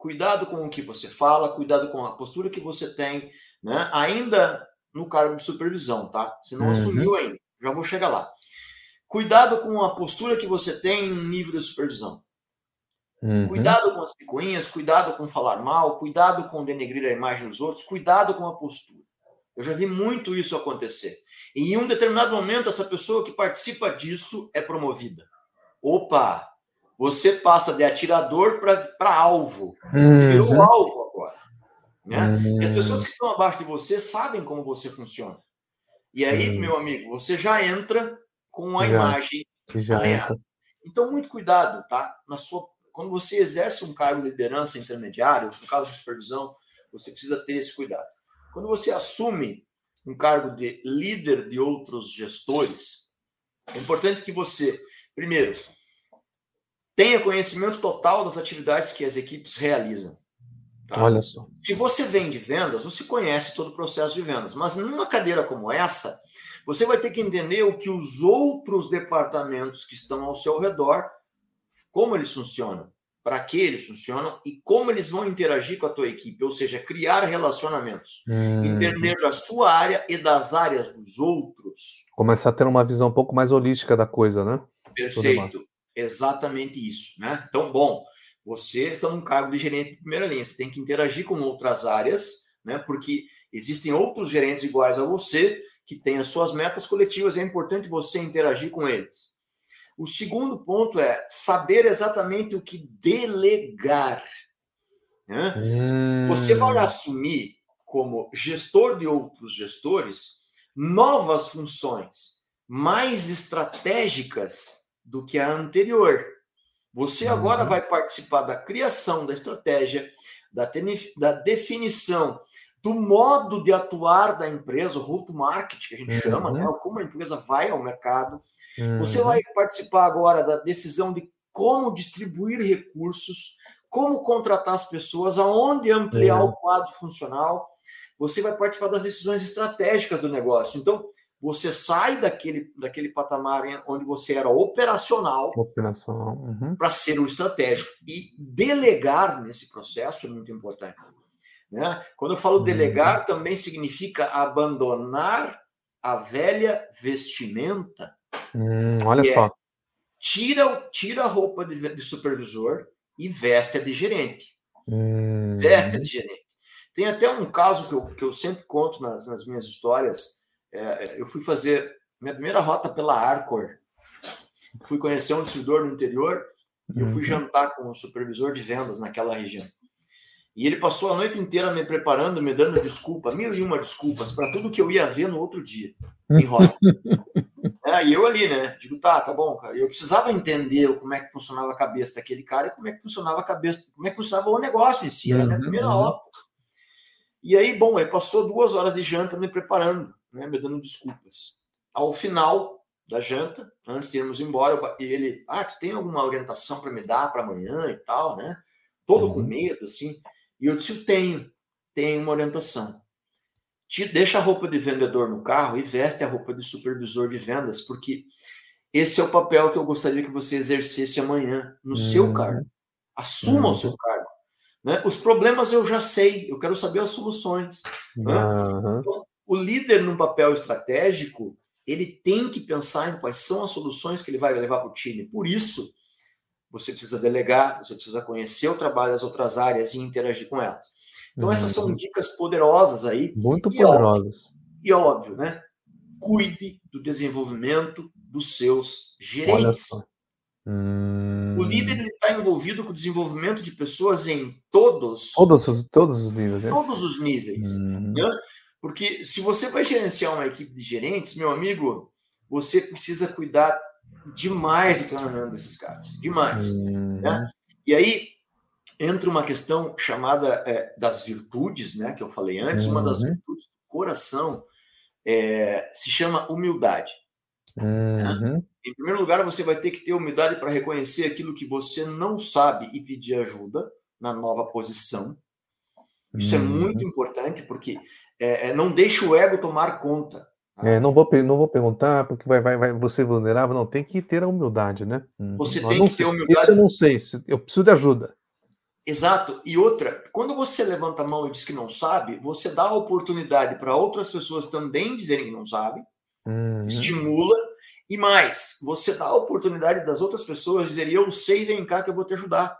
cuidado com o que você fala, cuidado com a postura que você tem, né? Ainda no cargo de supervisão, tá? Você não assumiu ainda, já vou chegar lá. Cuidado com a postura que você tem em nível de supervisão. Cuidado com as picuinhas, cuidado com falar mal, cuidado com denegrir a imagem dos outros, cuidado com a postura. Eu já vi muito isso acontecer. E em um determinado momento, essa pessoa que participa disso é promovida. Opa! Você passa de atirador para alvo. Você virou alvo agora. Né? E as pessoas que estão abaixo de você sabem como você funciona. E aí, meu amigo, você já entra com a imagem arranhada. Então, muito cuidado, tá? Quando você exerce um cargo de liderança intermediário, no caso de supervisão, você precisa ter esse cuidado. Quando você assume um cargo de líder de outros gestores, é importante que você, primeiro, tenha conhecimento total das atividades que as equipes realizam. Tá? Olha só. Se você vem de vendas, você conhece todo o processo de vendas, mas numa cadeira como essa, você vai ter que entender o que os outros departamentos que estão ao seu redor, como eles funcionam, para que eles funcionam e como eles vão interagir com a tua equipe, ou seja, criar relacionamentos, entender da sua área e das áreas dos outros. Começar a ter uma visão um pouco mais holística da coisa, né? Perfeito, exatamente isso, né? Então, bom, você está num cargo de gerente de primeira linha, você tem que interagir com outras áreas, né? Porque existem outros gerentes iguais a você que têm as suas metas coletivas, é importante você interagir com eles. O segundo ponto é saber exatamente o que delegar. Né? Você vai assumir, como gestor de outros gestores, novas funções mais estratégicas do que a anterior. Você agora vai participar da criação da estratégia, da definição do modo de atuar da empresa, o road to market, que a gente chama, né? Como a empresa vai ao mercado. Você vai participar agora da decisão de como distribuir recursos, como contratar as pessoas, aonde ampliar o quadro funcional. Você vai participar das decisões estratégicas do negócio. Então, você sai daquele patamar onde você era operacional para ser o estratégico. E delegar nesse processo é muito importante. Né? Quando eu falo delegar, também significa abandonar a velha vestimenta. Olha só. Tira a roupa de supervisor e veste a de gerente. Veste a de gerente. Tem até um caso que eu sempre conto nas minhas histórias. Eu fui fazer minha primeira rota pela Arcor. Fui conhecer um distribuidor no interior e eu fui jantar com o supervisor de vendas naquela região. E ele passou a noite inteira me preparando, me dando desculpa, 1001 desculpas para tudo que eu ia ver no outro dia, em rota. E eu ali, né? Digo, tá bom, cara. Eu precisava entender como é que funcionava a cabeça daquele cara e como é que funcionava a cabeça, como é que funcionava o negócio em si. Era a minha primeira rota. E aí, bom, ele passou 2 horas de janta me preparando, né? Me dando desculpas. Ao final da janta, antes de irmos embora, ele, tu tem alguma orientação para me dar para amanhã e tal, né? Todo com medo, assim. E eu disse, eu tenho uma orientação. Deixa a roupa de vendedor no carro e veste a roupa de supervisor de vendas, porque esse é o papel que eu gostaria que você exercesse amanhã no seu cargo. Assuma o seu cargo. Né? Os problemas eu já sei, eu quero saber as soluções. Né? Então, o líder num papel estratégico, ele tem que pensar em quais são as soluções que ele vai levar para o time. Por isso, você precisa delegar, você precisa conhecer o trabalho das outras áreas e interagir com elas. Então, essas são dicas poderosas aí. Muito poderosas. E óbvio, né? Cuide do desenvolvimento dos seus gerentes. Olha só. O líder está envolvido com o desenvolvimento de pessoas em todos os níveis. Né? Todos os níveis. Né? Porque se você vai gerenciar uma equipe de gerentes, meu amigo, você precisa cuidar demais do treinamento desses caras. Demais. Né? E aí entra uma questão chamada das virtudes, né, que eu falei antes. Uma das virtudes do coração se chama humildade. Né? Em primeiro lugar, você vai ter que ter humildade para reconhecer aquilo que você não sabe e pedir ajuda na nova posição. Isso é muito importante, porque não deixa o ego tomar conta. Não vou perguntar porque vai você vulnerável. Não, tem que ter a humildade, né? Você tem que ter humildade. Isso eu não sei, eu preciso de ajuda. Exato. E outra, quando você levanta a mão e diz que não sabe, você dá a oportunidade para outras pessoas também dizerem que não sabem, estimula, e mais, você dá a oportunidade das outras pessoas dizerem, eu sei, vem cá que eu vou te ajudar.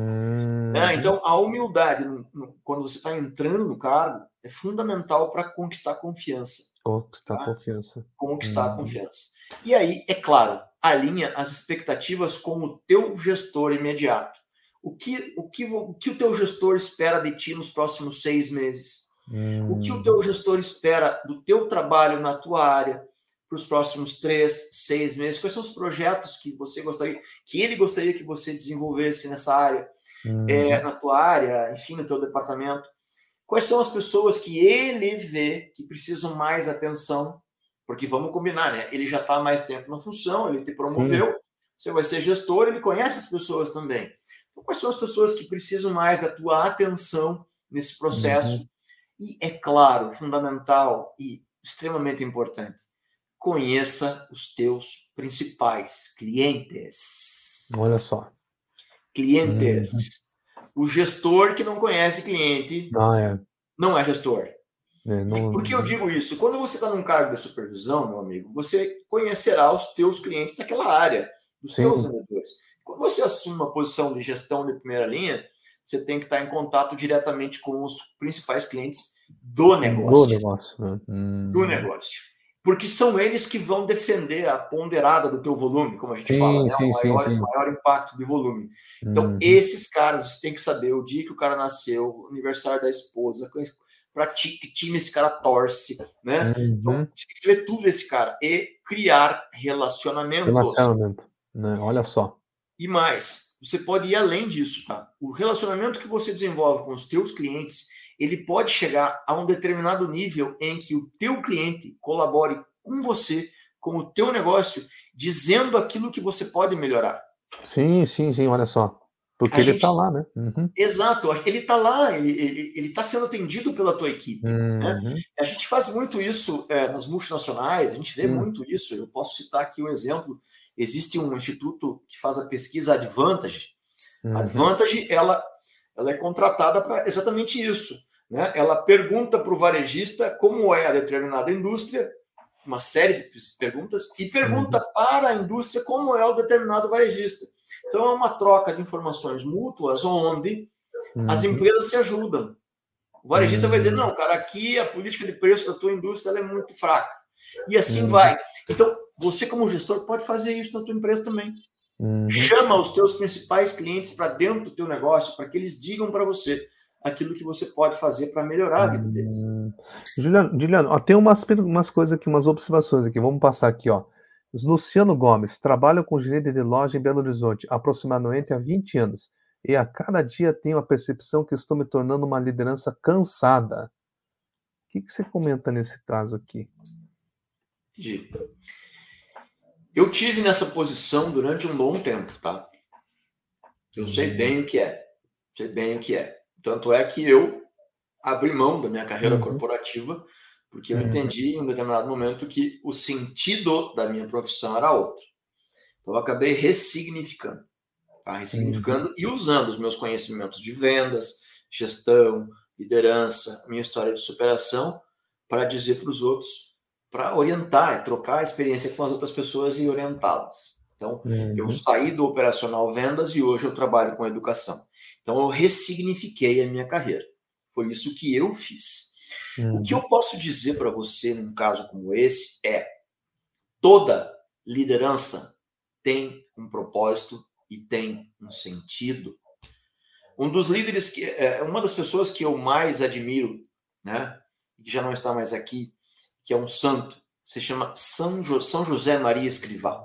Então, a humildade, quando você está entrando no cargo, é fundamental para conquistar confiança. Conquistar confiança. Conquistar a confiança. E aí, é claro, alinha as expectativas com o teu gestor imediato. O que o teu gestor espera de ti nos próximos 6 meses? O que o teu gestor espera do teu trabalho na tua área para os próximos 3, 6 meses? Quais são os projetos que você gostaria, que ele gostaria que você desenvolvesse nessa área, na tua área, enfim, no teu departamento? Quais são as pessoas que ele vê que precisam mais atenção? Porque vamos combinar, né? Ele já está há mais tempo na função, ele te promoveu, você vai ser gestor, ele conhece as pessoas também. Então, quais são as pessoas que precisam mais da tua atenção nesse processo? E, é claro, fundamental e extremamente importante, conheça os teus principais clientes. Olha só. Clientes. O gestor que não conhece cliente não é gestor. Por que eu digo isso? Quando você está num cargo de supervisão, meu amigo, você conhecerá os teus clientes daquela área, dos teus vendedores. Quando você assume uma posição de gestão de primeira linha, você tem que estar em contato diretamente com os principais clientes do negócio. Do negócio. Porque são eles que vão defender a ponderada do teu volume, como a gente fala, né? O maior impacto de volume. Então, esses caras, você tem que saber o dia que o cara nasceu, o aniversário da esposa, para que time esse cara torce, né? Então, você tem que saber tudo desse cara e criar relacionamentos. Né? Olha só. E mais, você pode ir além disso, tá? O relacionamento que você desenvolve com os teus clientes, ele pode chegar a um determinado nível em que o teu cliente colabore com você, com o teu negócio, dizendo aquilo que você pode melhorar. Sim, olha só. Porque ele está lá, né? Exato, ele está lá, ele está sendo atendido pela tua equipe. Né? A gente faz muito isso nas multinacionais, a gente vê muito isso. Eu posso citar aqui um exemplo. Existe um instituto que faz a pesquisa Advantage. A Advantage, ela é contratada para exatamente isso. Né? Ela pergunta para o varejista como é a determinada indústria, uma série de perguntas, e pergunta para a indústria como é o determinado varejista. Então, é uma troca de informações mútuas onde as empresas se ajudam. O varejista vai dizer, não, cara, aqui a política de preço da tua indústria ela é muito fraca. E assim vai. Então, você como gestor pode fazer isso na tua empresa também. Chama os teus principais clientes para dentro do teu negócio, para que eles digam para você aquilo que você pode fazer para melhorar a vida deles. Juliano, ó, tem umas coisas aqui, umas observações aqui. Vamos passar aqui, ó. Luciano Gomes, trabalho com gerente de loja em Belo Horizonte, aproximadamente há 20 anos. E a cada dia tenho a percepção que estou me tornando uma liderança cansada. O que você comenta nesse caso aqui? Entendi. Eu tive nessa posição durante um bom tempo, tá? Eu sei bem o que é. Sei bem o que é. Tanto é que eu abri mão da minha carreira corporativa porque eu entendi em um determinado momento que o sentido da minha profissão era outro. Então, eu acabei ressignificando. Tá? Ressignificando e usando os meus conhecimentos de vendas, gestão, liderança, minha história de superação para dizer para os outros, para orientar, trocar a experiência com as outras pessoas e orientá-las. Então, eu saí do operacional vendas e hoje eu trabalho com educação. Então, eu ressignifiquei a minha carreira. Foi isso que eu fiz. O que eu posso dizer para você num caso como esse é: toda liderança tem um propósito e tem um sentido. Um dos líderes uma das pessoas que eu mais admiro, né, que já não está mais aqui, que é um santo, se chama São José Maria Escrivá.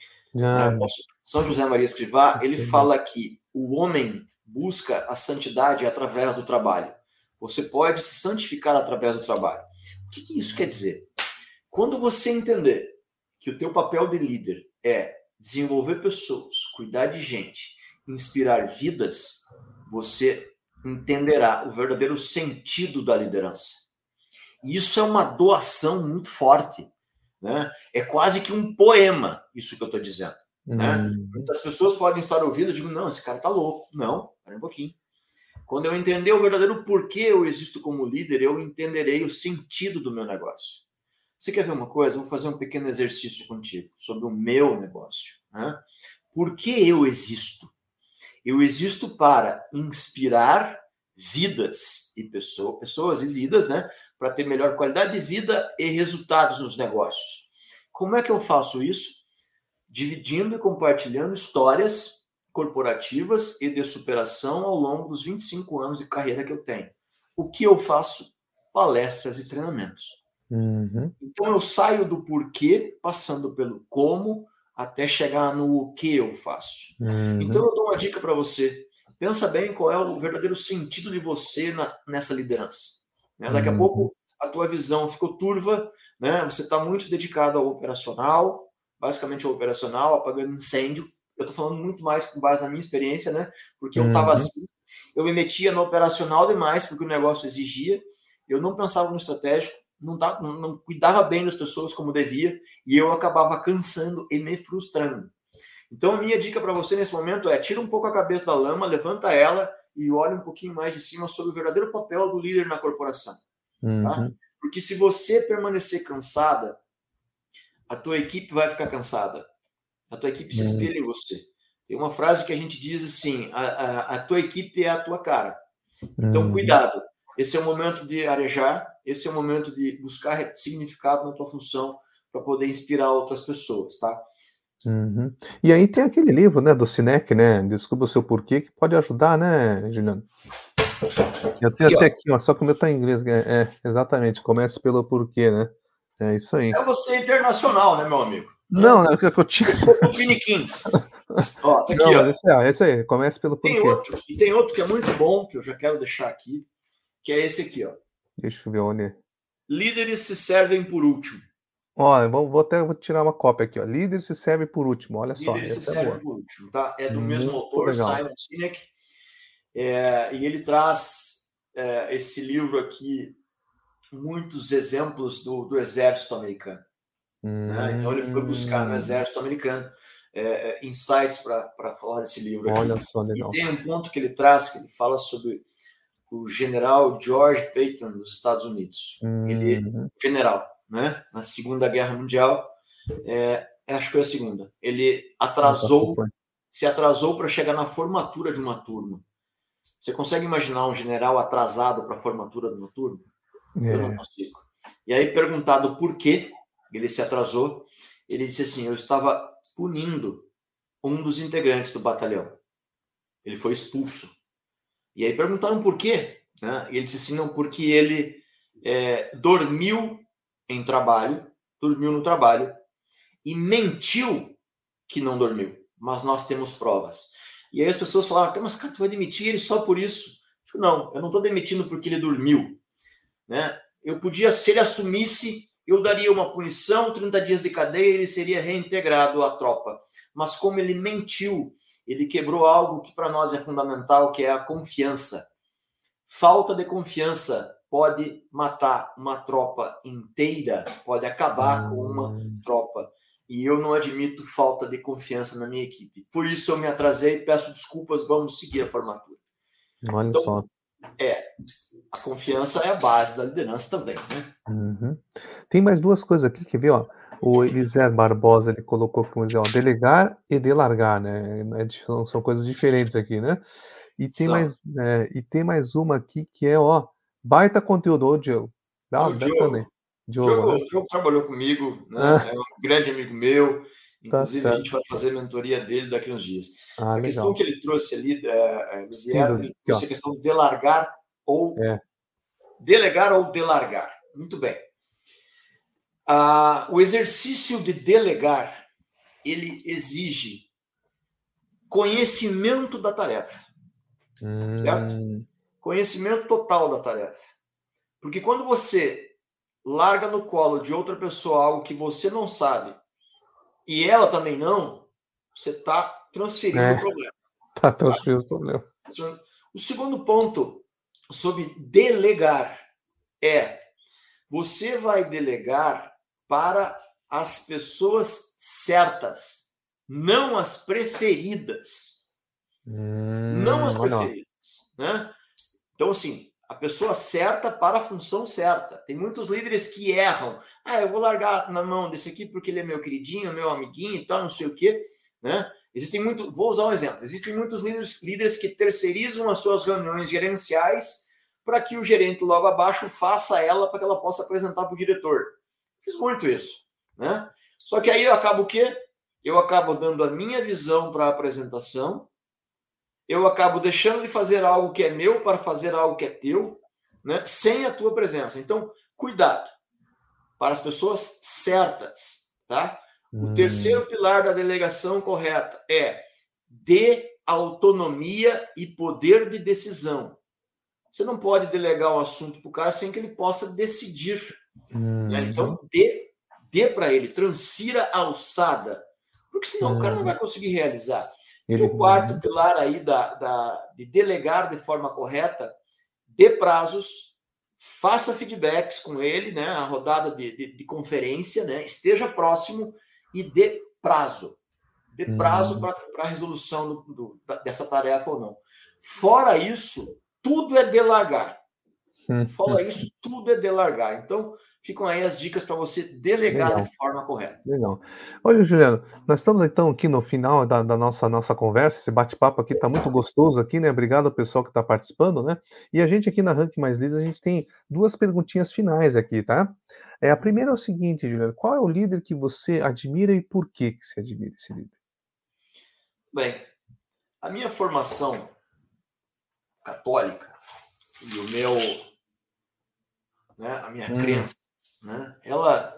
São José Maria Escrivá, ele fala que o homem busca a santidade através do trabalho. Você pode se santificar através do trabalho. O que isso quer dizer? Quando você entender que o teu papel de líder é desenvolver pessoas, cuidar de gente, inspirar vidas, você entenderá o verdadeiro sentido da liderança. E isso é uma doação muito forte. Né? É quase que um poema, isso que eu estou dizendo. Né? Muitas pessoas podem estar ouvindo e digo, não, esse cara está louco. Não, espera um pouquinho. Quando eu entender o verdadeiro porquê eu existo como líder, eu entenderei o sentido do meu negócio. Você quer ver uma coisa? Eu vou fazer um pequeno exercício contigo sobre o meu negócio. Né? Por que eu existo? Eu existo para inspirar vidas e pessoas e vidas, né? Para ter melhor qualidade de vida e resultados nos negócios. Como é que eu faço isso? Dividindo e compartilhando histórias corporativas e de superação ao longo dos 25 anos de carreira que eu tenho. O que eu faço? Palestras e treinamentos. Uhum. Então eu saio do porquê, passando pelo como, até chegar no que eu faço. Uhum. Então eu dou uma dica para você. Pensa bem qual é o verdadeiro sentido de você nessa liderança. Né? Daqui a pouco a tua visão ficou turva, né? Você está muito dedicado ao operacional, basicamente ao operacional, apagando incêndio. Eu estou falando muito mais com base na minha experiência, né? Porque eu estava assim, eu me metia no operacional demais, porque o negócio exigia, eu não pensava no estratégico, não cuidava bem das pessoas como devia, e eu acabava cansando e me frustrando. Então, a minha dica para você nesse momento é: tira um pouco a cabeça da lama, levanta ela e olha um pouquinho mais de cima sobre o verdadeiro papel do líder na corporação. Tá? Porque se você permanecer cansada, a tua equipe vai ficar cansada. A tua equipe se espelha em você. Tem uma frase que a gente diz assim: a tua equipe é a tua cara. Então, cuidado. Esse é o momento de arejar, esse é o momento de buscar significado na tua função para poder inspirar outras pessoas, tá? E aí tem aquele livro, né, do Sinek, né, Descubra o Seu Porquê, que pode ajudar, né, Juliano? Eu tenho até aqui, ó, só que o meu tá em inglês. Exatamente, comece pelo porquê, né? É isso aí. É você internacional, né, meu amigo? Não, é o que eu tinha. Eu sou do Piniquim. Ó, tá aqui, não, ó. É isso aí, comece pelo porquê. Tem outro que é muito bom, que eu já quero deixar aqui, que é esse aqui, ó. Deixa eu ver onde. Líderes se servem por último. Ó, vou tirar uma cópia aqui, ó. Líder se serve por último, olha só. Líderes se servem por último, tá? É do mesmo autor, legal. Simon Sinek, e ele traz esse livro aqui, muitos exemplos do exército americano. Né? Então ele foi buscar no exército americano insights para falar desse livro aqui. Olha só, legal. E tem um ponto que ele traz, que ele fala sobre o general George Patton dos Estados Unidos. Ele general, né? Na Segunda Guerra Mundial, acho que foi a segunda. Ele se atrasou para chegar na formatura de uma turma. Você consegue imaginar um general atrasado para a formatura de uma turma? Eu não consigo. E aí, perguntado por que ele se atrasou, ele disse assim: eu estava punindo um dos integrantes do batalhão. Ele foi expulso. E aí perguntaram por quê, né? E ele disse assim: não, porque ele dormiu no trabalho e mentiu que não dormiu, mas nós temos provas. E aí as pessoas falaram: mas cara, tu vai demitir ele só por isso? Não, eu não estou demitindo porque ele dormiu, né? Eu podia, se ele assumisse, eu daria uma punição, 30 dias de cadeia, ele seria reintegrado à tropa. Mas como ele mentiu, ele quebrou algo que para nós é fundamental, que é a confiança. Falta de confiança pode matar uma tropa inteira, pode acabar com uma tropa. E eu não admito falta de confiança na minha equipe. Por isso eu me atrasei, peço desculpas, vamos seguir a formatura. Olha então, só. A confiança é a base da liderança também, né? Tem mais duas coisas aqui, quer ver, ó? O Elisir Barbosa, ele colocou como dizer, ó, delegar e delargar, né? São coisas diferentes aqui, né? E tem mais uma aqui que é, ó, baita conteúdo, ô Diogo. O Diogo trabalhou comigo, né? É um grande amigo meu. Inclusive, a gente vai fazer a mentoria dele daqui a uns dias. A questão que ele trouxe ali, ele trouxe a questão de delegar ou delargar. Muito bem. O exercício de delegar, ele exige conhecimento da tarefa. Certo? Conhecimento total da tarefa. Porque quando você larga no colo de outra pessoa algo que você não sabe e ela também não, você está transferindo o problema. Está transferindo o problema. O segundo ponto sobre delegar você vai delegar para as pessoas certas, não as preferidas. Não as preferidas. Né? Então, assim, a pessoa certa para a função certa. Tem muitos líderes que erram. Eu vou largar na mão desse aqui porque ele é meu queridinho, meu amiguinho e tal, não sei o quê, né? Vou usar um exemplo. Existem muitos líderes que terceirizam as suas reuniões gerenciais para que o gerente logo abaixo faça ela para que ela possa apresentar para o diretor. Fiz muito isso, né? Só que aí eu acabo o quê? Eu acabo dando a minha visão para a apresentação, eu acabo deixando de fazer algo que é meu para fazer algo que é teu, né? Sem a tua presença. Então, cuidado para as pessoas certas, tá? O terceiro pilar da delegação correta é dê autonomia e poder de decisão. Você não pode delegar um assunto para o cara sem que ele possa decidir. Né? Então, dê para ele, transfira a alçada, porque senão o cara não vai conseguir realizar. E o quarto pilar aí de delegar de forma correta, dê prazos, faça feedbacks com ele, né? A rodada de conferência, né? Esteja próximo e dê prazo. Dê prazo para a resolução dessa tarefa ou não. Fora isso, tudo é delargar. Fora isso, tudo é delargar. Então, ficam aí as dicas para você delegar de forma correta. Legal. Olha, Juliano, nós estamos então aqui no final da nossa conversa, esse bate-papo aqui está muito gostoso aqui, né? Obrigado ao pessoal que está participando, né? E a gente aqui na Rank Mais Líderes, a gente tem 2 perguntinhas finais aqui, tá? A primeira é o seguinte, Juliano, qual é o líder que você admira e por que você admira esse líder? Bem, a minha formação católica e a minha crença, né, ela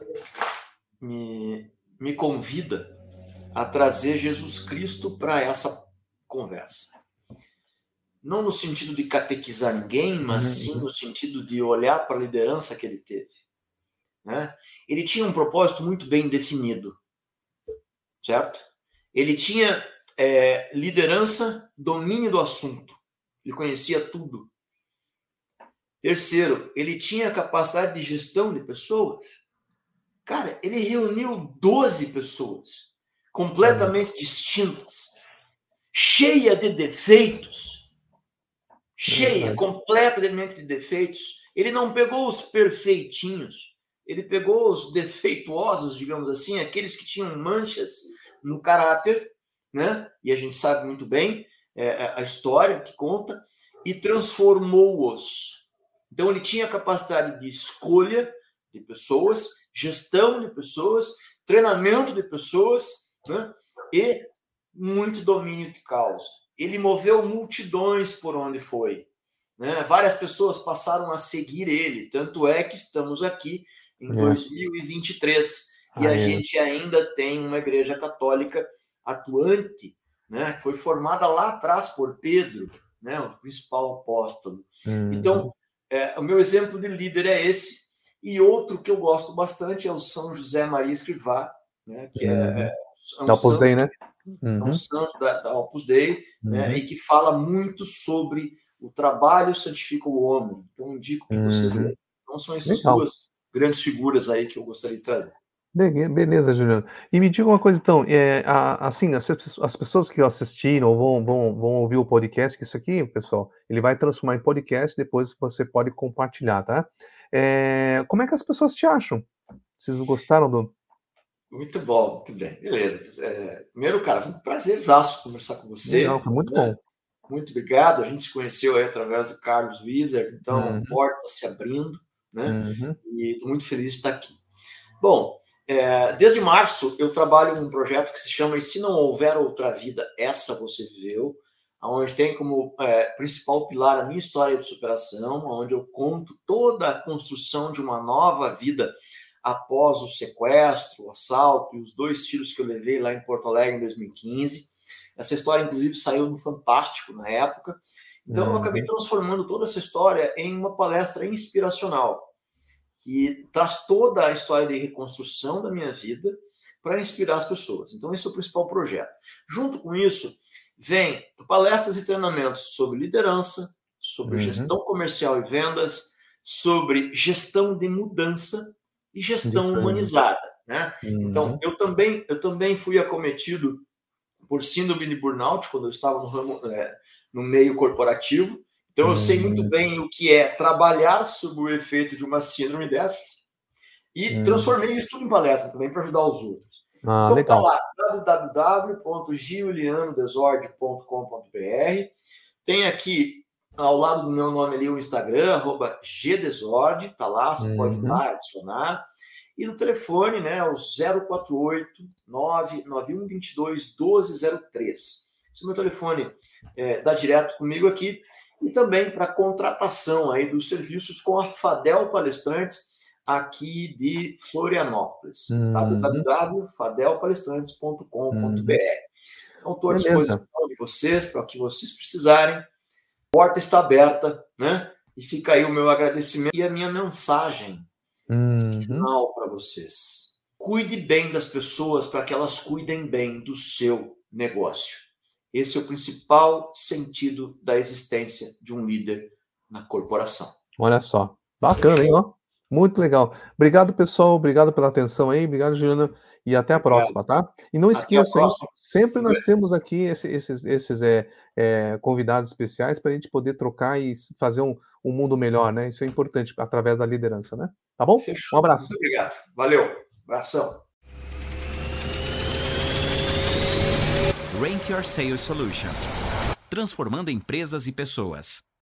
me convida a trazer Jesus Cristo para essa conversa. Não no sentido de catequizar ninguém, mas sim no sentido de olhar para a liderança que ele teve. Né? Ele tinha um propósito muito bem definido, certo? Ele tinha liderança, domínio do assunto. Ele conhecia tudo. Terceiro, ele tinha capacidade de gestão de pessoas. Cara, ele reuniu 12 pessoas completamente distintas, cheia de defeitos, completamente de defeitos. Ele não pegou os perfeitinhos, ele pegou os defeituosos, digamos assim, aqueles que tinham manchas no caráter, né? E a gente sabe muito bem a história que conta, e transformou-os. Então, ele tinha capacidade de escolha de pessoas, gestão de pessoas, treinamento de pessoas, né? E muito domínio de causa. Ele moveu multidões por onde foi. Né? Várias pessoas passaram a seguir ele, tanto é que estamos aqui em 2023 e a gente ainda tem uma igreja católica atuante, né? Foi formada lá atrás por Pedro, né? O principal apóstolo. Então, o meu exemplo de líder é esse. E outro que eu gosto bastante é o São José Maria Escrivá, né? Que é um Opus Dei, né? É um santo da Opus Dei, né? E que fala muito sobre o trabalho santifica o homem. Então, indico que vocês leiam. Então, são essas duas grandes figuras aí que eu gostaria de trazer. Beleza, Juliano. E me diga uma coisa, então, assim, as pessoas que assistiram ou vão ouvir o podcast, que isso aqui, pessoal, ele vai transformar em podcast, depois você pode compartilhar, tá? Como é que as pessoas te acham? Vocês gostaram do... Muito bom, muito bem. Beleza. Primeiro, cara, foi um prazerzaço conversar com você. Legal, foi muito bom. Muito obrigado. A gente se conheceu aí através do Carlos Wieser, então, portas se abrindo, né? E estou muito feliz de estar aqui. Bom, desde março eu trabalho num projeto que se chama E Se Não Houver Outra Vida, Essa Você Viveu, onde tem como principal pilar a minha história de superação, onde eu conto toda a construção de uma nova vida após o sequestro, o assalto e os 2 tiros que eu levei lá em Porto Alegre em 2015. Essa história, inclusive, saiu no Fantástico na época. Então, eu acabei transformando toda essa história em uma palestra inspiracional, que traz toda a história de reconstrução da minha vida para inspirar as pessoas. Então, esse é o principal projeto. Junto com isso, vem palestras e treinamentos sobre liderança, sobre gestão comercial e vendas, sobre gestão de mudança e gestão humanizada. Né? Então, eu também fui acometido por síndrome de burnout quando eu estava no meio corporativo. Então, eu sei muito bem o que é trabalhar sob o efeito de uma síndrome dessas e transformei isso tudo em palestra também para ajudar os outros. Então, legal. tá lá, www.giulianodesord.com.br. Tem aqui ao lado do meu nome ali o Instagram, @gdesord, tá lá, você pode ir lá adicionar. E no telefone, né, o 048 99122 1203. Esse é o meu telefone, dá direto comigo aqui. E também para contratação aí dos serviços com a Fadel Palestrantes, aqui de Florianópolis. www.fadelpalestrantes.com.br. Então, estou à disposição de vocês para o que vocês precisarem. A porta está aberta, né? E fica aí o meu agradecimento e a minha mensagem final para vocês. Cuide bem das pessoas para que elas cuidem bem do seu negócio. Esse é o principal sentido da existência de um líder na corporação. Olha só. Bacana, hein? Ó. Muito legal. Obrigado, pessoal. Obrigado pela atenção aí. Obrigado, Juliana. E até a próxima, tá? E não esqueçam, sempre nós temos aqui esses convidados especiais para a gente poder trocar e fazer um mundo melhor, né? Isso é importante através da liderança, né? Tá bom? Fechou. Um abraço. Muito obrigado. Valeu. Abração. Rank Your Sales Solution. Transformando empresas e pessoas.